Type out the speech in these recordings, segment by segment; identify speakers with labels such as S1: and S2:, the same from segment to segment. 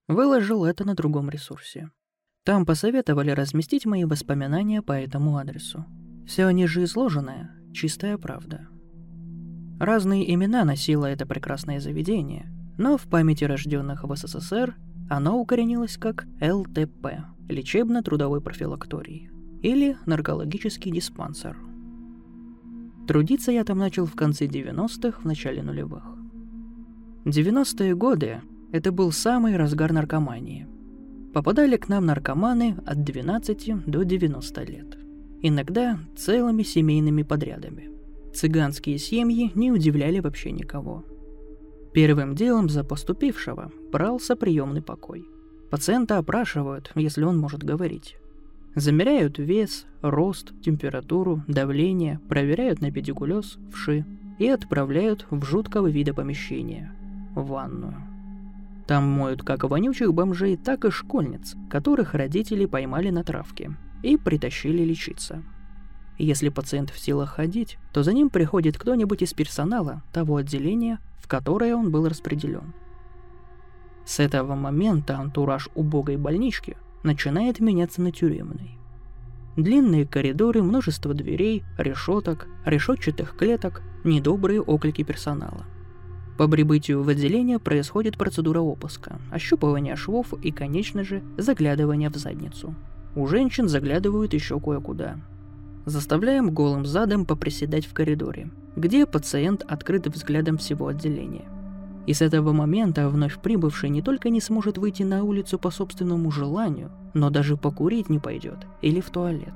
S1: Выложил это на другом ресурсе. Там посоветовали разместить мои воспоминания по этому адресу. Все ниже изложенное — чистая правда. Разные имена носило это прекрасное заведение, но в памяти рожденных в СССР оно укоренилось как ЛТП – лечебно-трудовой профилакторий, или наркологический диспансер. Трудиться я там начал в конце 90-х, в начале нулевых. 90-е годы – это был самый разгар наркомании. Попадали к нам наркоманы от 12 до 90 лет. Иногда целыми семейными подрядами. Цыганские семьи не удивляли вообще никого. Первым делом за поступившего брался приемный покой. Пациента опрашивают, если он может говорить. Замеряют вес, рост, температуру, давление, проверяют на педикулез, вши и отправляют в жуткого вида помещение – в ванную. Там моют как вонючих бомжей, так и школьниц, которых родители поймали на травке и притащили лечиться. Если пациент в силах ходить, то за ним приходит кто-нибудь из персонала того отделения, в которое он был распределен. С этого момента антураж убогой больнички начинает меняться на тюремный. Длинные коридоры, множество дверей, решеток, решетчатых клеток, недобрые оклики персонала. По прибытию в отделение происходит процедура обыска, ощупывание швов и, конечно же, заглядывание в задницу. У женщин заглядывают еще кое-куда. Заставляем голым задом поприседать в коридоре, где пациент открыт взглядом всего отделения. И с этого момента вновь прибывший не только не сможет выйти на улицу по собственному желанию, но даже покурить не пойдет или в туалет.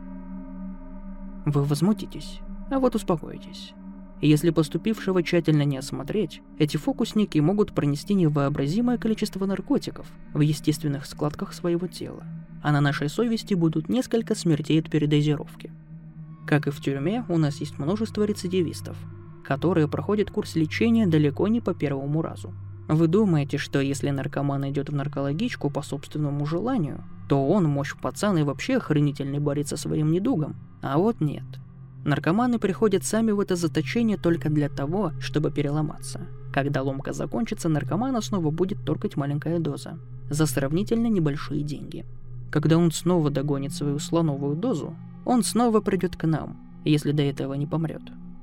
S1: Вы возмутитесь, а вот успокойтесь. Если поступившего тщательно не осмотреть, эти фокусники могут пронести невообразимое количество наркотиков в естественных складках своего тела, а на нашей совести будут несколько смертей от передозировки. Как и в тюрьме, у нас есть множество рецидивистов, которые проходят курс лечения далеко не по первому разу. Вы думаете, что если наркоман идет в наркологичку по собственному желанию, то он, мощь пацан и вообще охренительный борется со своим недугом? А вот нет. Наркоманы приходят сами в это заточение только для того, чтобы переломаться. Когда ломка закончится, наркомана снова будет торкать маленькая доза за сравнительно небольшие деньги. Когда он снова догонит свою слоновую дозу, он снова придет к нам, если до этого не помрет.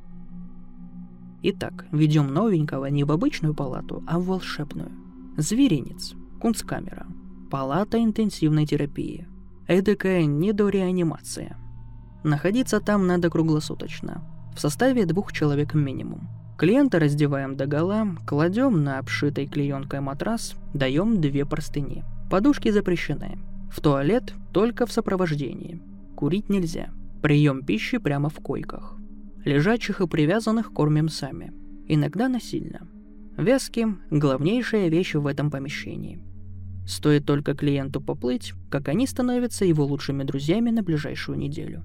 S1: Итак, ведем новенького не в обычную палату, а в волшебную. Зверинец, кунсткамера, палата интенсивной терапии, эдакая недореанимация. Находиться там надо круглосуточно, в составе 2 человек минимум. Клиента раздеваем догола, кладем на обшитый клеенкой матрас, даем 2 простыни. Подушки запрещены. В туалет только в сопровождении. Курить нельзя. Прием пищи прямо в койках. Лежачих и привязанных кормим сами. Иногда насильно. Вязки – главнейшая вещь в этом помещении. Стоит только клиенту поплыть, как они становятся его лучшими друзьями на ближайшую неделю.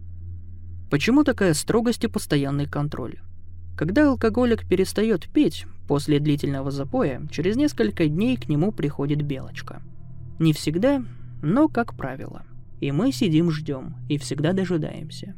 S1: Почему такая строгость и постоянный контроль? Когда алкоголик перестает пить, после длительного запоя, через несколько дней к нему приходит белочка. Не всегда, но как правило. И мы сидим ждем, и всегда дожидаемся.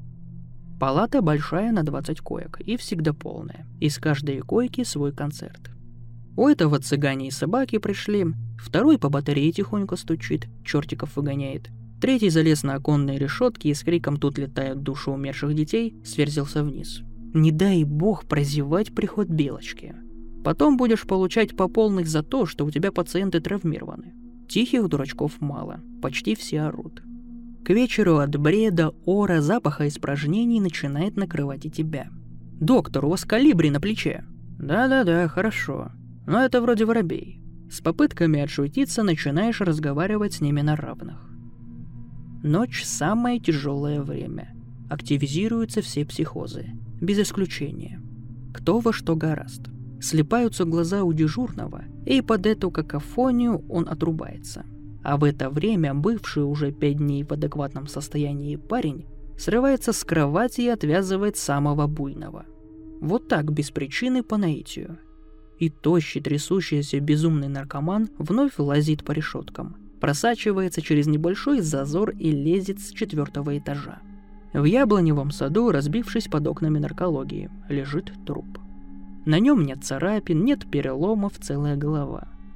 S1: Палата большая на 20 коек, и всегда полная. Из каждой койки свой концерт. У этого цыгане и собаки пришли, второй по батарее тихонько стучит, чертиков выгоняет. Третий залез на оконные решетки и с криком «Тут летают души умерших детей» сверзился вниз. Не дай бог прозевать приход белочки. Потом будешь получать по полной за то, что у тебя пациенты травмированы. Тихих дурачков мало, почти все орут. К вечеру от бреда, ора, запаха испражнений начинает накрывать и тебя. «Доктор, у вас калибри на плече». «Да-да-да, хорошо. Но это вроде воробей». С попытками отшутиться начинаешь разговаривать с ними на равных. Ночь – самое тяжелое время. Активизируются все психозы, без исключения. Кто во что горазд. Слипаются глаза у дежурного, и под эту какофонию он отрубается. А в это время бывший уже 5 дней в адекватном состоянии парень срывается с кровати и отвязывает самого буйного. Вот так, без причины, по наитию. И тощий, трясущийся безумный наркоман вновь лазит по решеткам, просачивается через небольшой зазор и лезет с 4-го этажа. В яблоневом саду, разбившись под окнами наркологии, лежит труп. На нем нет царапин, нет переломов, целая голова.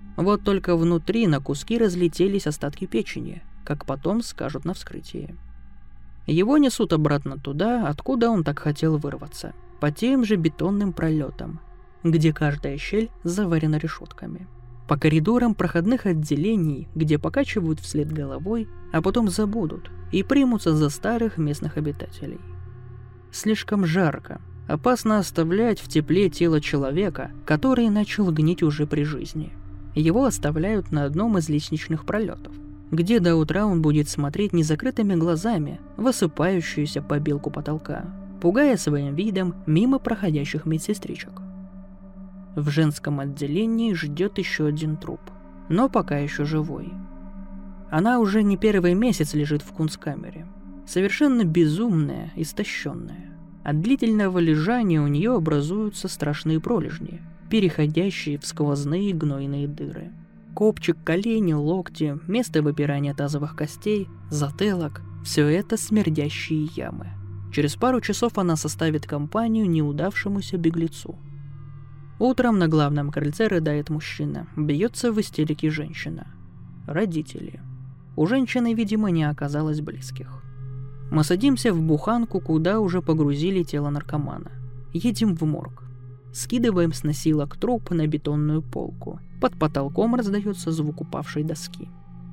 S1: Вот только внутри на куски разлетелись остатки печени, как потом скажут на вскрытии. Его несут обратно туда, откуда он так хотел вырваться, по тем же бетонным пролетам, где каждая щель заварена решетками. По коридорам проходных отделений, где покачивают вслед головой, а потом забудут и примутся за старых местных обитателей. Слишком жарко, опасно оставлять в тепле тело человека, который начал гнить уже при жизни. Его оставляют на одном из лестничных пролетов, где до утра он будет смотреть незакрытыми глазами в осыпающуюся побелку потолка, пугая своим видом мимо проходящих медсестричек. В женском отделении ждет еще один труп, но пока еще живой. Она уже не первый месяц лежит в кунсткамере, совершенно безумная, истощенная. От длительного лежания у нее образуются страшные пролежни, переходящие в сквозные гнойные дыры. Копчик, колени, локти, место выпирания тазовых костей, затылок – все это смердящие ямы. Через пару часов она составит компанию неудавшемуся беглецу. Утром на главном крыльце рыдает мужчина, бьется в истерике женщина. Родители. У женщины, видимо, не оказалось близких. Мы садимся в буханку, куда уже погрузили тело наркомана. Едем в морг. Скидываем с носилок труп на бетонную полку. Под потолком раздается звук упавшей доски.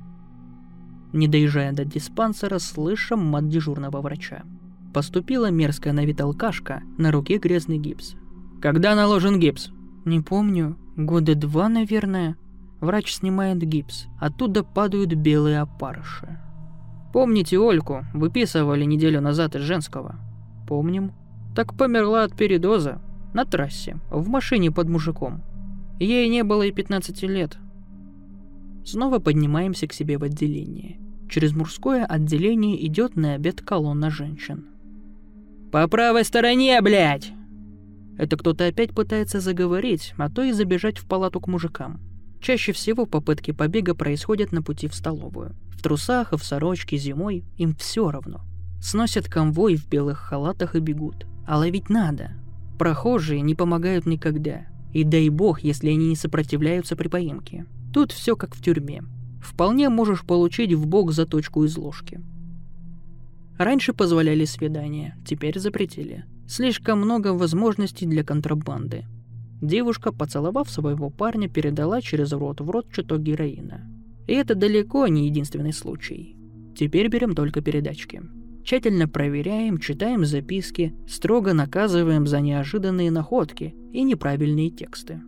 S1: Не доезжая до диспансера, слышим мат дежурного врача. Поступила мерзкая на вид алкашка, на руке грязный гипс. «Когда наложен гипс?» «Не помню. 2 года, наверное». Врач снимает гипс. Оттуда падают белые опарыши. «Помните Ольку? Выписывали неделю назад из женского?» «Помним». «Так померла от передоза. На трассе. В машине под мужиком. Ей не было и 15 лет». Снова поднимаемся к себе в отделение. Через мужское отделение идет на обед колонна женщин. «По правой стороне, блядь!» Это кто-то опять пытается заговорить, а то и забежать в палату к мужикам. Чаще всего попытки побега происходят на пути в столовую. В трусах и в сорочке зимой им все равно. Сносят конвой в белых халатах и бегут. А ловить надо. Прохожие не помогают никогда. И дай бог, если они не сопротивляются при поимке. Тут все как в тюрьме. Вполне можешь получить в бок заточку из ложки. Раньше позволяли свидания, теперь запретили. Слишком много возможностей для контрабанды. Девушка, поцеловав своего парня, передала через рот в рот чуток героина. И это далеко не единственный случай. Теперь берем только передачки. Тщательно проверяем, читаем записки, строго наказываем за неожиданные находки и неправильные тексты.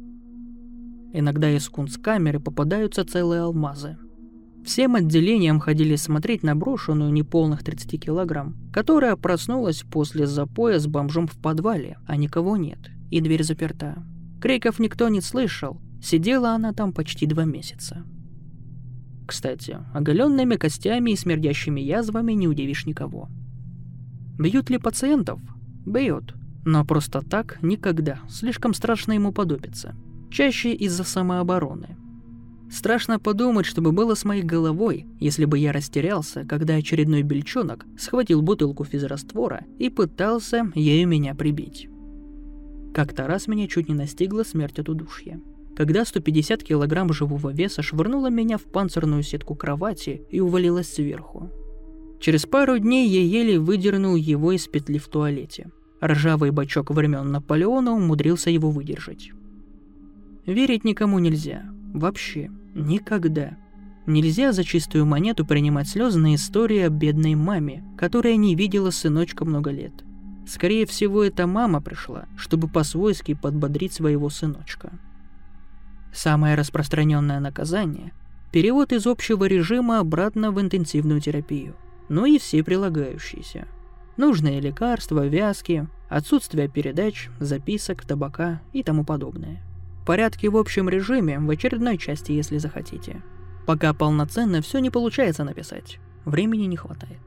S1: Иногда из кунсткамеры попадаются целые алмазы. Всем отделением ходили смотреть на брошенную неполных 30 килограмм, которая проснулась после запоя с бомжом в подвале, а никого нет, и дверь заперта. Криков никто не слышал, сидела она там почти 2 месяца. Кстати, оголенными костями и смердящими язвами не удивишь никого. Бьют ли пациентов? Бьют. Но просто так никогда, слишком страшно ему подобиться. Чаще из-за самообороны. Страшно подумать, что бы было с моей головой, если бы я растерялся, когда очередной бельчонок схватил бутылку физраствора и пытался ею меня прибить. Как-то раз меня чуть не настигла смерть от удушья, когда 150 килограмм живого веса швырнула меня в панцирную сетку кровати и увалилась сверху. Через пару дней я еле выдернул его из петли в туалете. Ржавый бачок времен Наполеона умудрился его выдержать. Верить никому нельзя. Вообще. Никогда. Нельзя за чистую монету принимать слезные истории о бедной маме, которая не видела сыночка много лет. Скорее всего, эта мама пришла, чтобы по-свойски подбодрить своего сыночка. Самое распространенное наказание – перевод из общего режима обратно в интенсивную терапию, ну и все прилагающиеся. Нужные лекарства, вязки, отсутствие передач, записок, табака и тому подобное. Порядки в общем режиме в очередной части, если захотите. Пока полноценно все не получается написать, времени не хватает.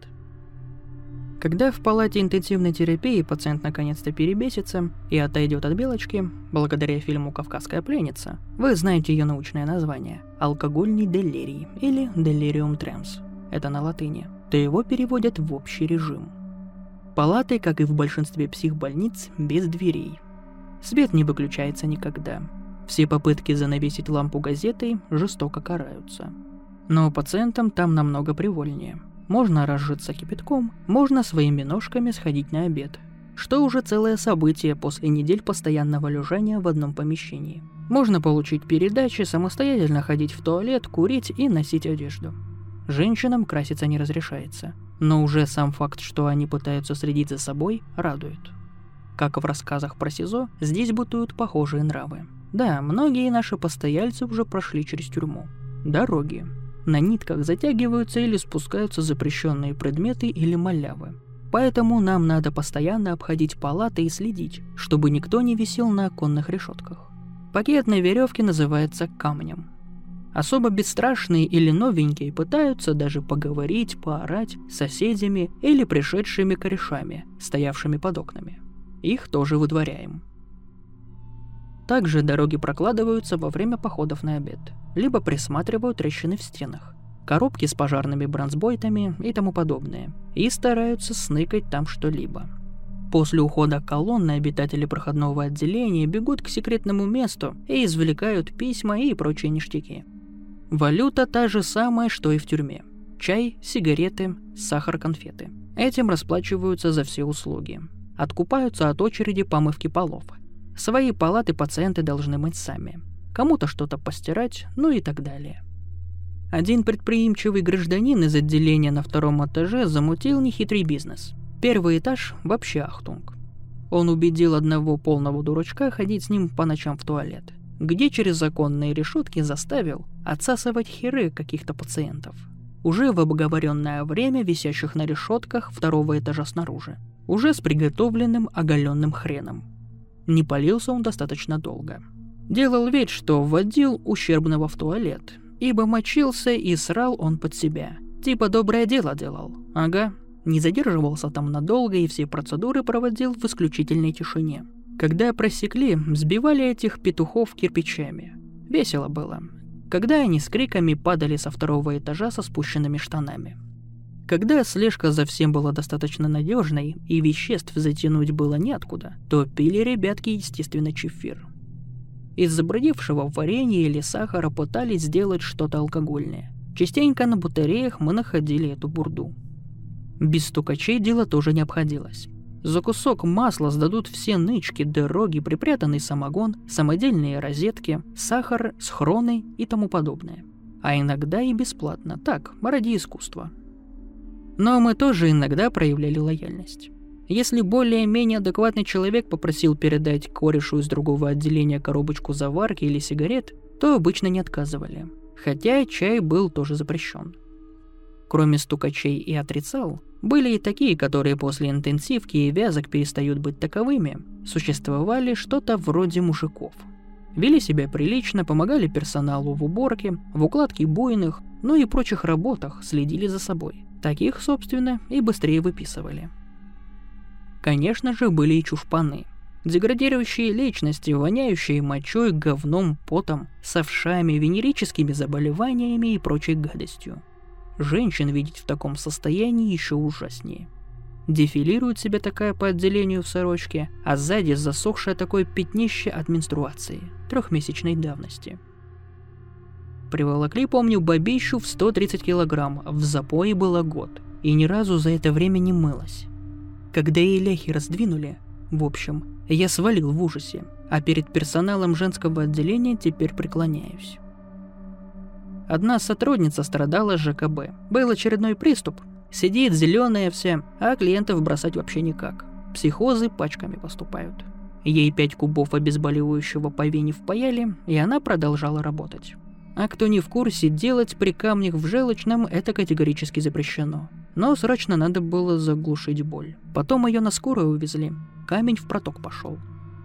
S1: Когда в палате интенсивной терапии пациент наконец-то перебесится и отойдет от белочки, благодаря фильму «Кавказская пленница», вы знаете ее научное название – алкогольный делирий или delirium tremens. Это на латыни. То его переводят в общий режим. Палаты, как и в большинстве психбольниц, без дверей. Свет не выключается никогда. Все попытки занавесить лампу газетой жестоко караются. Но пациентам там намного привольнее. Можно разжиться кипятком, можно своими ножками сходить на обед, что уже целое событие после недель постоянного лежания в одном помещении. Можно получить передачи, самостоятельно ходить в туалет, курить и носить одежду. Женщинам краситься не разрешается, но уже сам факт, что они пытаются следить за собой, радует. Как в рассказах про СИЗО, здесь бытуют похожие нравы. Да, многие наши постояльцы уже прошли через тюрьму. Дороги. На нитках затягиваются или спускаются запрещенные предметы или малявы. Поэтому нам надо постоянно обходить палаты и следить, чтобы никто не висел на оконных решетках. Пакет на веревке называется камнем. Особо бесстрашные или новенькие пытаются даже поговорить, поорать с соседями или пришедшими корешами, стоявшими под окнами. Их тоже выдворяем. Также дороги прокладываются во время походов на обед, либо присматривают трещины в стенах, коробки с пожарными бронзбойтами и тому подобное, и стараются сныкать там что-либо. После ухода колонны обитатели проходного отделения бегут к секретному месту и извлекают письма и прочие ништяки. Валюта та же самая, что и в тюрьме. Чай, сигареты, сахар, конфеты. Этим расплачиваются за все услуги. Откупаются от очереди помывки полов. Свои палаты пациенты должны мыть сами. Кому-то что-то постирать, ну и так далее. Один предприимчивый гражданин из отделения на 2-м этаже замутил нехитрый бизнес. 1-й этаж вообще ахтунг. Он убедил одного полного дурачка ходить с ним по ночам в туалет, где через законные решетки заставил отсасывать херы каких-то пациентов, уже в обговоренное время висящих на решетках 2-го этажа снаружи, уже с приготовленным оголенным хреном. Не палился он достаточно долго. Делал вид, что вводил ущербного в туалет, ибо мочился и срал он под себя. Типа доброе дело делал. Ага. Не задерживался там надолго и все процедуры проводил в исключительной тишине. Когда просекли, взбивали этих петухов кирпичами. Весело было. Когда они с криками падали со 2-го этажа со спущенными штанами. Когда слежка за всем была достаточно надежной и веществ затянуть было неоткуда, то пили ребятки, естественно, чефир. Из забродившего варенья или сахара пытались сделать что-то алкогольное. Частенько на батареях мы находили эту бурду. Без стукачей дело тоже не обходилось. За кусок масла сдадут все нычки, дороги, припрятанный самогон, самодельные розетки, сахар, схроны и тому подобное. А иногда и бесплатно, так, ради искусства. Но мы тоже иногда проявляли лояльность. Если более-менее адекватный человек попросил передать корешу из другого отделения коробочку заварки или сигарет, то обычно не отказывали. Хотя чай был тоже запрещен. Кроме стукачей и отрицал, были и такие, которые после интенсивки и вязок перестают быть таковыми, существовали что-то вроде мужиков. Вели себя прилично, помогали персоналу в уборке, в укладке буйных, ну и прочих работах, следили за собой. Таких, собственно, и быстрее выписывали. Конечно же, были и чушпаны. Деградирующие личности, воняющие мочой, говном, потом, с овшами, венерическими заболеваниями и прочей гадостью. Женщин видеть в таком состоянии еще ужаснее. Дефилирует себя такая по отделению в сорочке, а сзади засохшее такое пятнище от менструации, 3-месячной давности. Приволокли, помню, бабищу в 130 килограмм, в запое было год, и ни разу за это время не мылась. Когда ей ляхи раздвинули, в общем, я свалил в ужасе, а перед персоналом женского отделения теперь преклоняюсь. Одна сотрудница страдала ЖКБ. Был очередной приступ. Сидит зеленая вся, а клиентов бросать вообще никак. Психозы пачками поступают. Ей 5 кубов обезболивающего по вене впаяли, и она продолжала работать. А кто не в курсе, делать при камнях в желчном это категорически запрещено. Но срочно надо было заглушить боль. Потом ее на скорую увезли. Камень в проток пошел.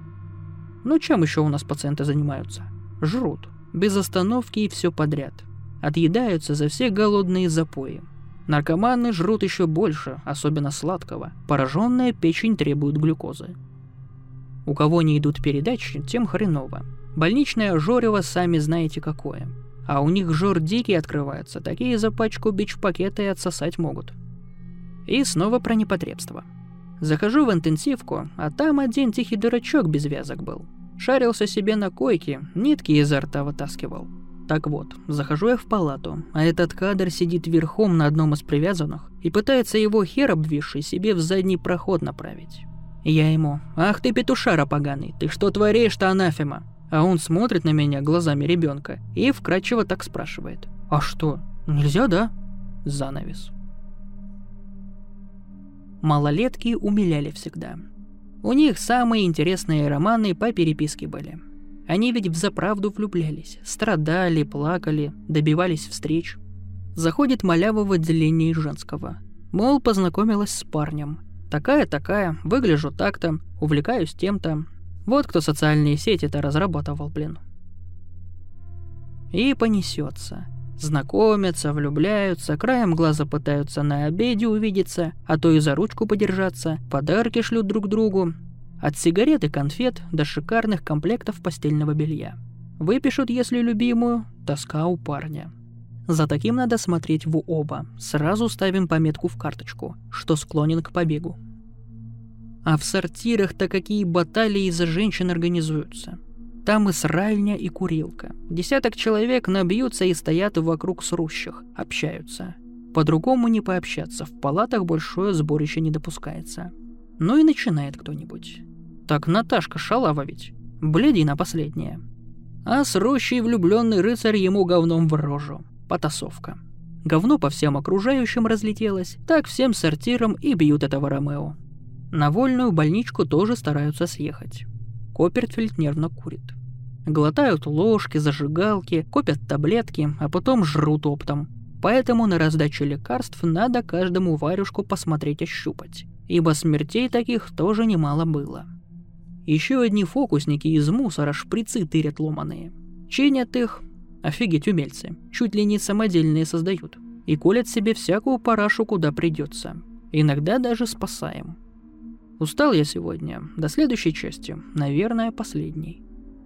S1: Ну чем еще у нас пациенты занимаются? Жрут. Без остановки и все подряд. Отъедаются за все голодные запои. Наркоманы жрут еще больше, особенно сладкого. Пораженная печень требует глюкозы. У кого не идут передачи, тем хреново. Больничное жорево сами знаете какое. А у них жор дикий открывается, такие за пачку бич-пакета и отсосать могут. И снова про непотребство. Захожу в интенсивку, а там один тихий дурачок без вязок был. Шарился себе на койке, нитки изо рта вытаскивал. Так вот, захожу я в палату, а этот кадр сидит верхом на одном из привязанных и пытается его хер обвисший себе в задний проход направить. Я ему: «Ах ты, петушара поганый, ты что творишь-то, анафема?» А он смотрит на меня глазами ребенка и вкратчиво так спрашивает: «А что, нельзя, да?» Занавес. Малолетки умиляли всегда. У них самые интересные романы по переписке были. Они ведь взаправду влюблялись, страдали, плакали, добивались встреч. Заходит малява в отделение женского. Мол, познакомилась с парнем. Такая-такая, выгляжу так-то, увлекаюсь тем-то. Вот кто социальные сети-то разрабатывал, блин. И понесется. Знакомятся, влюбляются, краем глаза пытаются на обеде увидеться, а то и за ручку подержаться, подарки шлют друг другу. От сигарет и конфет до шикарных комплектов постельного белья. Выпишут, если любимую, тоска у парня. За таким надо смотреть в оба. Сразу ставим пометку в карточку, что склонен к побегу. А в сортирах-то какие баталии за женщин организуются. Там и сральня, и курилка. 10 человек набьются и стоят вокруг срущих, общаются. По-другому не пообщаться, в палатах большое сборище не допускается. Ну и начинает кто-нибудь. Так Наташка шалава ведь, блядина последняя. А срущий влюбленный рыцарь ему говном в рожу. Потасовка. Говно по всем окружающим разлетелось, так всем сортирам и бьют этого Ромео. На вольную больничку тоже стараются съехать. Копперфильд нервно курит. Глотают ложки, зажигалки, копят таблетки, а потом жрут оптом. Поэтому на раздаче лекарств надо каждому варюшку посмотреть, ощупать. Ибо смертей таких тоже немало было. Еще одни фокусники из мусора шприцы тырят ломаные. Чинят их, офигеть умельцы, чуть ли не самодельные создают. И колят себе всякую парашу, куда придется. Иногда даже спасаем. Устал я сегодня, до следующей части, наверное, последней.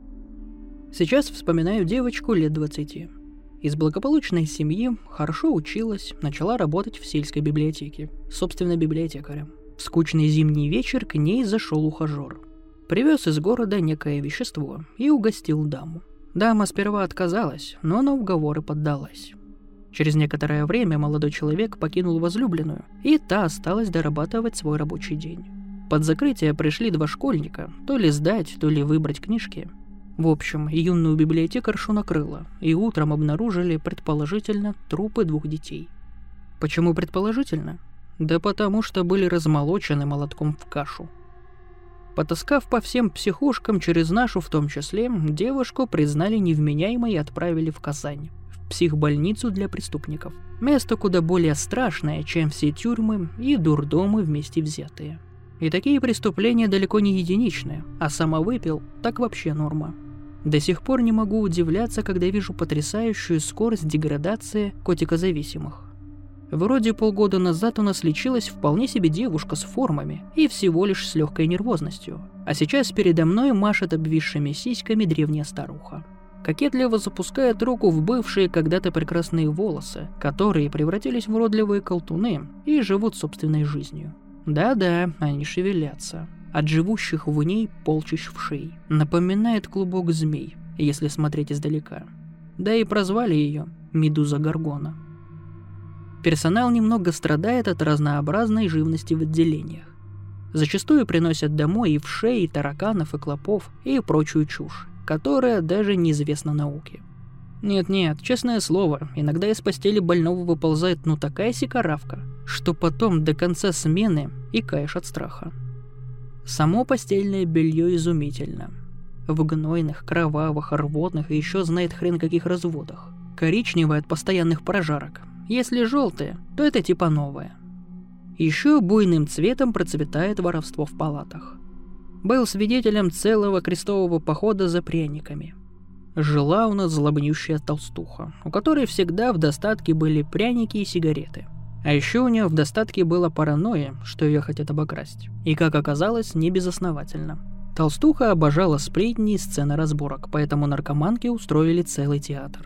S1: Сейчас вспоминаю девочку лет 20. Из благополучной семьи, хорошо училась, начала работать в сельской библиотеке, собственно, библиотекарем. В скучный зимний вечер к ней зашел ухажер. Привез из города некое вещество и угостил даму. Дама сперва отказалась, но на уговоры поддалась. Через некоторое время молодой человек покинул возлюбленную, и та осталась дорабатывать свой рабочий день. Под закрытие пришли 2 школьника, то ли сдать, то ли выбрать книжки. В общем, юную библиотекаршу накрыло, и утром обнаружили, предположительно, трупы 2 детей. Почему предположительно? Да потому что были размолочены молотком в кашу. Потаскав по всем психушкам, через нашу в том числе, девушку признали невменяемой и отправили в Казань, в психбольницу для преступников. Место куда более страшное, чем все тюрьмы и дурдомы вместе взятые. И такие преступления далеко не единичные, а самовыпил – так вообще норма. До сих пор не могу удивляться, когда вижу потрясающую скорость деградации котикозависимых. Вроде полгода назад у нас лечилась вполне себе девушка с формами и всего лишь с легкой нервозностью, а сейчас передо мной машет обвисшими сиськами древняя старуха. Кокетливо запускает руку в бывшие когда-то прекрасные волосы, которые превратились в уродливые колтуны и живут собственной жизнью. Да-да, они шевелятся. От живущих в ней полчищ вшей. Напоминает клубок змей, если смотреть издалека. Да и прозвали ее Медуза Горгона. Персонал немного страдает от разнообразной живности в отделениях. Зачастую приносят домой и вшей, и тараканов, и клопов, и прочую чушь, которая даже неизвестна науке. Нет-нет, честное слово, иногда из постели больного выползает такая сикаравка, что потом до конца смены икаешь от страха. Само постельное белье изумительно. В гнойных, кровавых, рвотных и еще знает хрен каких разводах. Коричневое от постоянных прожарок. Если желтое, то это типа новое. Еще буйным цветом процветает воровство в палатах. Был свидетелем целого крестового похода за пряниками. Жила у нас злобнющая толстуха, у которой всегда в достатке были пряники и сигареты. А еще у нее в достатке была паранойя, что ее хотят обокрасть. И, как оказалось, не безосновательно. Толстуха обожала сплетни и сцены разборок, поэтому наркоманки устроили целый театр.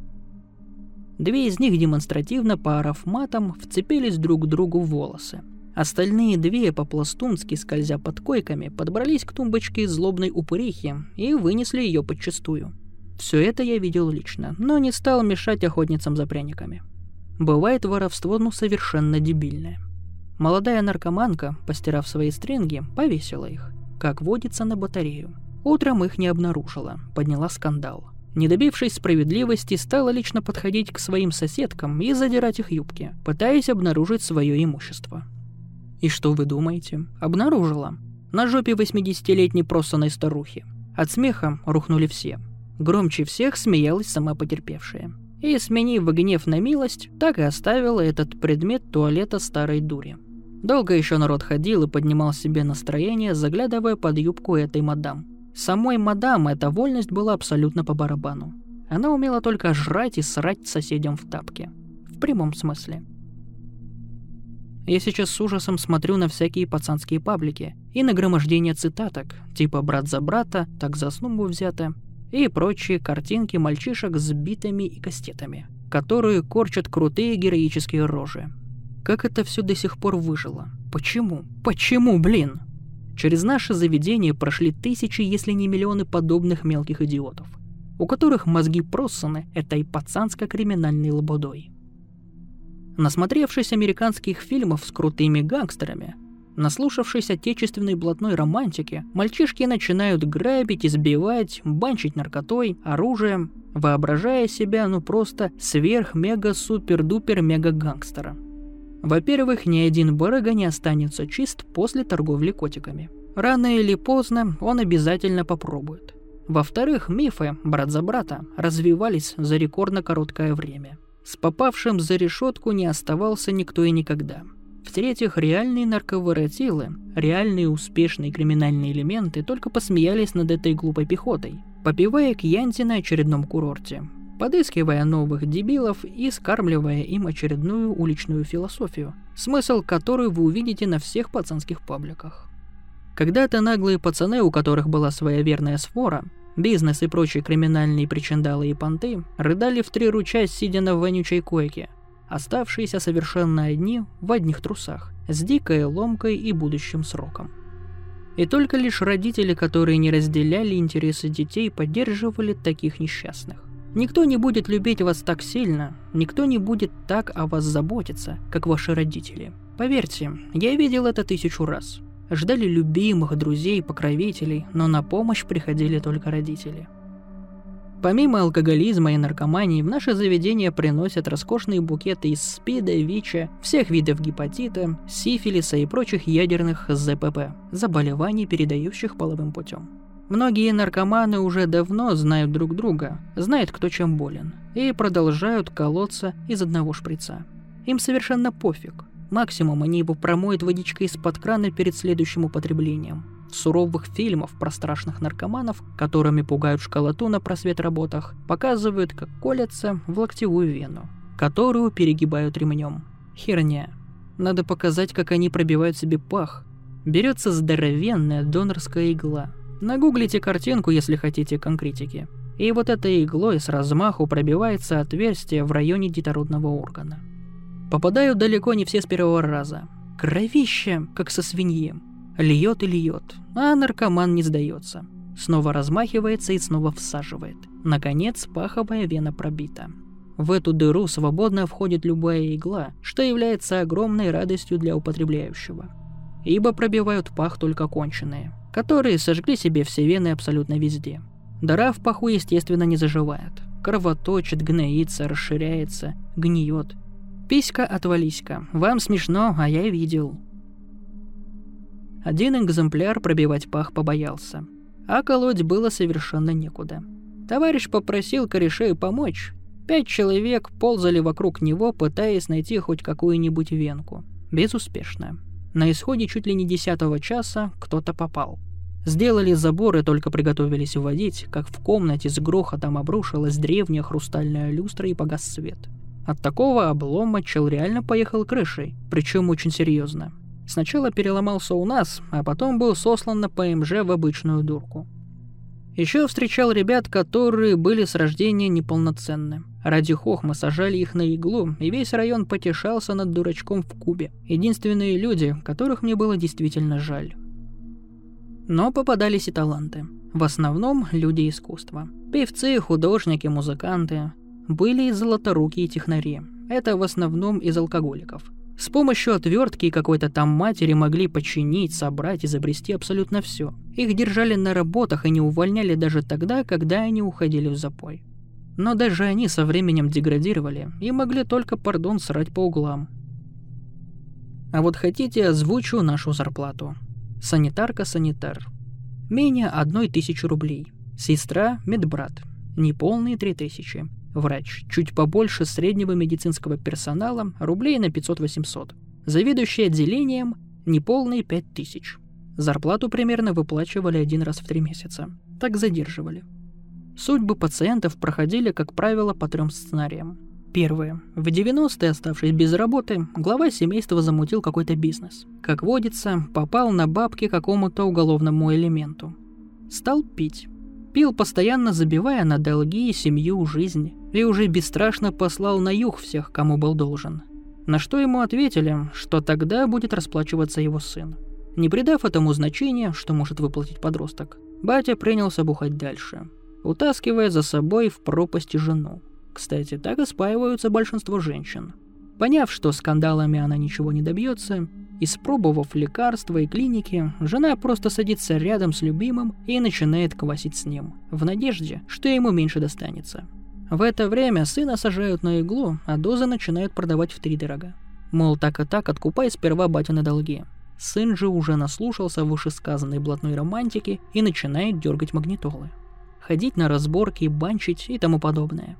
S1: 2 из них демонстративно, поорав матом, вцепились друг к другу в волосы. Остальные две, по-пластунски скользя под койками, подобрались к тумбочке злобной упырихи и вынесли ее подчистую. Все это я видел лично, но не стал мешать охотницам за пряниками. Бывает воровство, совершенно дебильное. Молодая наркоманка, постирав свои стринги, повесила их, как водится, на батарею. Утром их не обнаружила, подняла скандал. Не добившись справедливости, стала лично подходить к своим соседкам и задирать их юбки, пытаясь обнаружить свое имущество. И что вы думаете? Обнаружила. На жопе 80-летней просанной старухи. От смеха рухнули все. Громче всех смеялась сама потерпевшая. И, сменив гнев на милость, так и оставила этот предмет туалета старой дури. Долго еще народ ходил и поднимал себе настроение, заглядывая под юбку этой мадам. Самой мадам эта вольность была абсолютно по барабану. Она умела только жрать и срать соседям в тапки. В прямом смысле. Я сейчас с ужасом смотрю на всякие пацанские паблики и нагромождение цитаток, типа «брат за брата», «так за снубу взято» и прочие картинки мальчишек с битами и кастетами, которые корчат крутые героические рожи. Как это все до сих пор выжило? Почему? Почему, блин? Через наше заведение прошли тысячи, если не миллионы подобных мелких идиотов, у которых мозги проссаны этой пацанско-криминальной лободой. Насмотревшись американских фильмов с крутыми гангстерами, наслушавшись отечественной блатной романтики, мальчишки начинают грабить, избивать, банчить наркотой, оружием, воображая себя просто сверх-мега-супер-дупер-мега-гангстера. Во-первых, ни один барыга не останется чист после торговли котиками. Рано или поздно он обязательно попробует. Во-вторых, мифы «брат за брата» развивались за рекордно короткое время. С попавшим за решетку не оставался никто и никогда. В-третьих, реальные нарковоротилы, реальные успешные криминальные элементы только посмеялись над этой глупой пехотой, попивая кьянти на очередном курорте, подыскивая новых дебилов и скармливая им очередную уличную философию, смысл которой вы увидите на всех пацанских пабликах. Когда-то наглые пацаны, у которых была своя верная свора, бизнес и прочие криминальные причиндалы и понты, рыдали в 3 ручья, сидя на вонючей койке, оставшиеся совершенно одни в одних трусах, с дикой ломкой и будущим сроком. И только лишь родители, которые не разделяли интересы детей, поддерживали таких несчастных. Никто не будет любить вас так сильно, никто не будет так о вас заботиться, как ваши родители. Поверьте, я видел это 1000 раз. Ждали любимых, друзей, покровителей, но на помощь приходили только родители. Помимо алкоголизма и наркомании, в наше заведение приносят роскошные букеты из СПИДа, ВИЧа, всех видов гепатита, сифилиса и прочих ядерных ЗПП, заболеваний, передающих половым путем. Многие наркоманы уже давно знают друг друга, знают, кто чем болен, и продолжают колоться из одного шприца. Им совершенно пофиг. Максимум они его промоют водичкой из-под крана перед следующим употреблением. В суровых фильмах про страшных наркоманов, которыми пугают школоту на просвет-работах, показывают, как колятся в локтевую вену, которую перегибают ремнем. Херня. Надо показать, как они пробивают себе пах. Берется здоровенная донорская игла. Нагуглите картинку, если хотите конкретики. И вот этой иглой с размаху пробивается отверстие в районе детородного органа. Попадают далеко не все с первого раза. Кровище, как со свиньи. Льет и льет, а наркоман не сдается. Снова размахивается и снова всаживает. Наконец, паховая вена пробита. В эту дыру свободно входит любая игла, что является огромной радостью для употребляющего. Ибо пробивают пах только конченые, которые сожгли себе все вены абсолютно везде. Дыра в паху, естественно, не заживает. Кровоточит, гноится, расширяется, гниет. Писька отвалиська. Вам смешно, а я видел. Один экземпляр пробивать пах побоялся, а колоть было совершенно некуда. Товарищ попросил корешею помочь. 5 человек ползали вокруг него, пытаясь найти хоть какую-нибудь венку. Безуспешно. На исходе чуть ли не 10-го часа кто-то попал. Сделали забор и только приготовились вводить, как в комнате с грохотом обрушилась древняя хрустальная люстра и погас свет. От такого облома чел реально поехал крышей, причем очень серьезно. Сначала переломался у нас, а потом был сослан на ПМЖ в обычную дурку. Еще встречал ребят, которые были с рождения неполноценны. Ради хохмы сажали их на иглу, и весь район потешался над дурачком в кубе. Единственные люди, которых мне было действительно жаль. Но попадались и таланты. В основном люди искусства. Певцы, художники, музыканты. Были и золоторукие технари. Это в основном из алкоголиков. С помощью отвертки и какой-то там матери могли починить, собрать, изобрести абсолютно все. Их держали на работах и не увольняли даже тогда, когда они уходили в запой. Но даже они со временем деградировали и могли только, срать по углам. А вот хотите, озвучу нашу зарплату. Санитарка-санитар. Менее 1000 рублей. Сестра, медбрат. Неполные 3000. Врач. Чуть побольше среднего медицинского персонала, рублей на 500-800. Заведующий отделением. Неполные 5000. Зарплату примерно выплачивали 1 раз в 3 месяца. Так задерживали. Судьбы пациентов проходили, как правило, по 3 сценариям. Первое. В 90-е, оставшись без работы, глава семейства замутил какой-то бизнес. Как водится, попал на бабки какому-то уголовному элементу. Стал пить. Пил, постоянно забивая на долги, семью, жизнь. И уже бесстрашно послал на юг всех, кому был должен. На что ему ответили, что тогда будет расплачиваться его сын. Не придав этому значения, что может выплатить подросток, батя принялся бухать дальше, утаскивая за собой в пропасть жену. Кстати, так и спаиваются большинство женщин. Поняв, что скандалами она ничего не добьется, испробовав лекарства и клиники, жена просто садится рядом с любимым и начинает квасить с ним, в надежде, что ему меньше достанется. В это время сына сажают на иглу, а дозы начинают продавать втридорога. Мол, так и так, откупай сперва батины долги. Сын же уже наслушался вышесказанной блатной романтики и начинает дергать магнитолы. Ходить на разборки, банчить и тому подобное.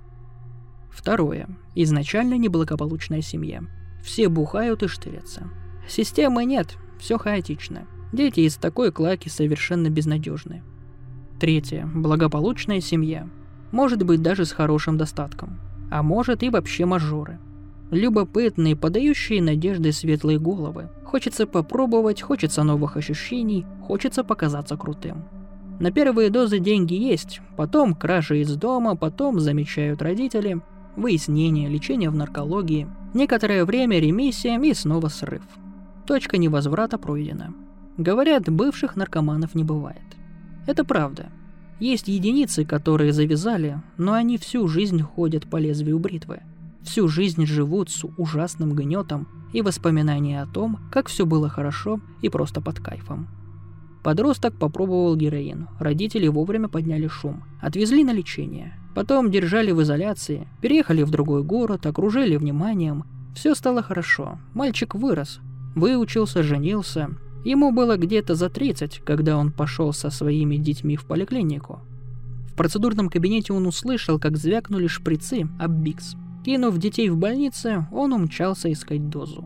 S1: Второе. Изначально неблагополучная семья. Все бухают и штырятся. Системы нет, все хаотично. Дети из такой клаки совершенно безнадежны. Третье. Благополучная семья. Может быть даже с хорошим достатком. А может и вообще мажоры. Любопытные, подающие надежды светлые головы. Хочется попробовать, хочется новых ощущений, хочется показаться крутым. На первые дозы деньги есть, потом кражи из дома, потом замечают родители, выяснение, лечение в наркологии, некоторое время ремиссия и снова срыв. Точка невозврата пройдена. Говорят, бывших наркоманов не бывает. Это правда. Есть единицы, которые завязали, но они всю жизнь ходят по лезвию бритвы. Всю жизнь живут с ужасным гнетом и воспоминания о том, как все было хорошо и просто под кайфом. Подросток попробовал героин, родители вовремя подняли шум, отвезли на лечение. Потом держали в изоляции, переехали в другой город, окружили вниманием. Все стало хорошо, мальчик вырос, выучился, женился. Ему было где-то за 30, когда он пошел со своими детьми в поликлинику. В процедурном кабинете он услышал, как звякнули шприцы об бикс. Кинув детей в больнице, он умчался искать дозу.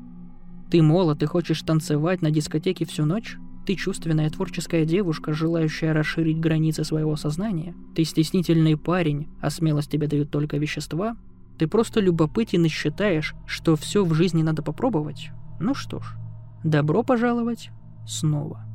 S1: Ты молод и хочешь танцевать на дискотеке всю ночь? Ты чувственная творческая девушка, желающая расширить границы своего сознания? Ты стеснительный парень, а смелость тебе дают только вещества? Ты просто любопытен и считаешь, что все в жизни надо попробовать? Ну что ж, добро пожаловать снова.